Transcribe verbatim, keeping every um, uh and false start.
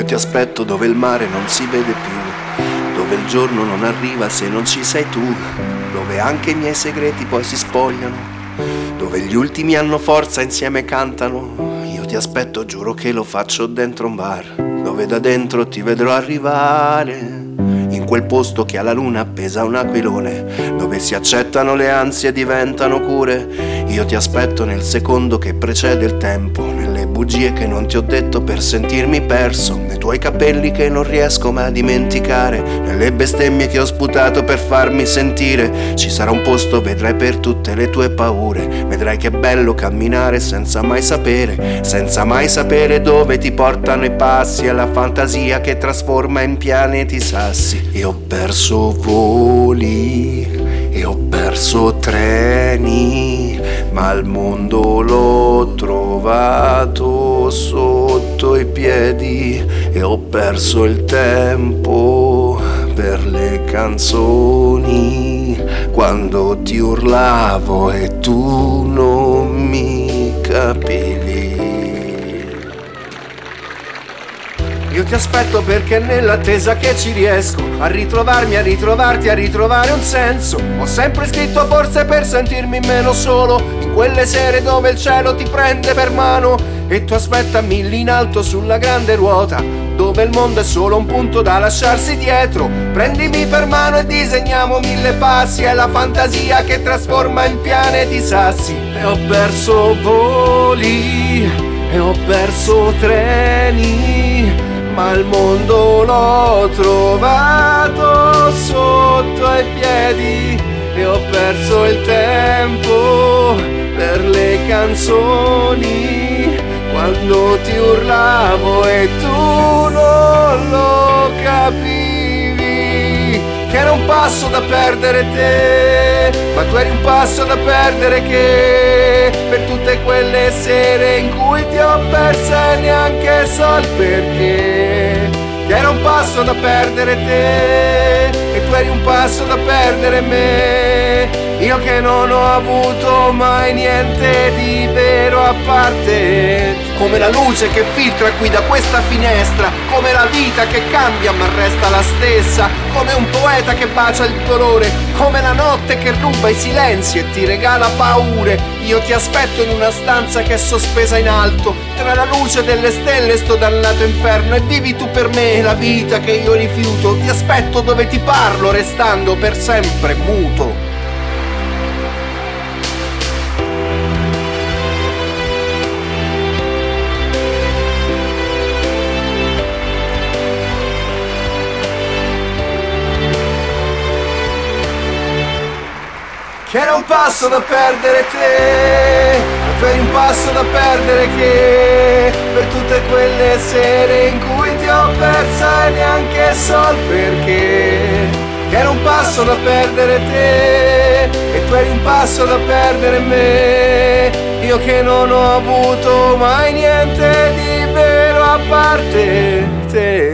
ti aspetto dove il mare non si vede più, dove il giorno non arriva se non ci sei tu, dove anche i miei segreti poi si spogliano, dove gli ultimi hanno forza insieme cantano. Io ti aspetto, giuro che lo faccio dentro un bar, dove da dentro ti vedrò arrivare, in quel posto che alla luna appesa un aquilone, dove si accettano le ansie e diventano cure. Io ti aspetto nel secondo che precede il tempo, nelle bugie che non ti ho detto per sentirmi perso, nei tuoi capelli che non riesco mai a dimenticare, nelle bestemmie che ho sputato per farmi sentire. Ci sarà un posto, vedrai, per tutte le tue paure, vedrai che è bello camminare senza mai sapere, senza mai sapere dove ti portano i passi, è la fantasia che trasforma in pianeti sassi. E ho perso voli, e ho perso treni, ma il mondo l'ho trovato sotto i piedi. E ho perso il tempo per le canzoni, quando ti urlavo e tu non mi capivi. Io ti aspetto perché nell'attesa che ci riesco a ritrovarmi, a ritrovarti, a ritrovare un senso. Ho sempre scritto forse per sentirmi meno solo, in quelle sere dove il cielo ti prende per mano e tu aspettami lì in alto sulla grande ruota, dove il mondo è solo un punto da lasciarsi dietro. Prendimi per mano e disegniamo mille passi, è la fantasia che trasforma in pianeti sassi. E ho perso voli, e ho perso treni, ma il mondo l'ho trovato sotto ai piedi. E ho perso il tempo per le canzoni, quando ti urlavo e tu non lo capivi, che era un passo da perdere te, ma tu eri un passo da perdere che, per tutte quelle sere in cui ti ho persa e neanche so il perché, che era un passo da perdere te e tu eri un passo da perdere me, io che non ho avuto mai niente di vero a parte. Come la luce che filtra qui da questa finestra, come la vita che cambia ma resta la stessa, come un poeta che bacia il dolore, come la notte che ruba i silenzi e ti regala paure. Io ti aspetto in una stanza che è sospesa in alto, tra la luce delle stelle sto dannato inferno, e vivi tu per me la vita che io rifiuto. Ti aspetto dove ti parlo restando per sempre muto. Che era un passo da perdere te, ma tu eri un passo da perdere che, per tutte quelle sere in cui ti ho persa e neanche so il perché. Che era un passo da perdere te e tu eri un passo da perdere me, io che non ho avuto mai niente di vero a parte te.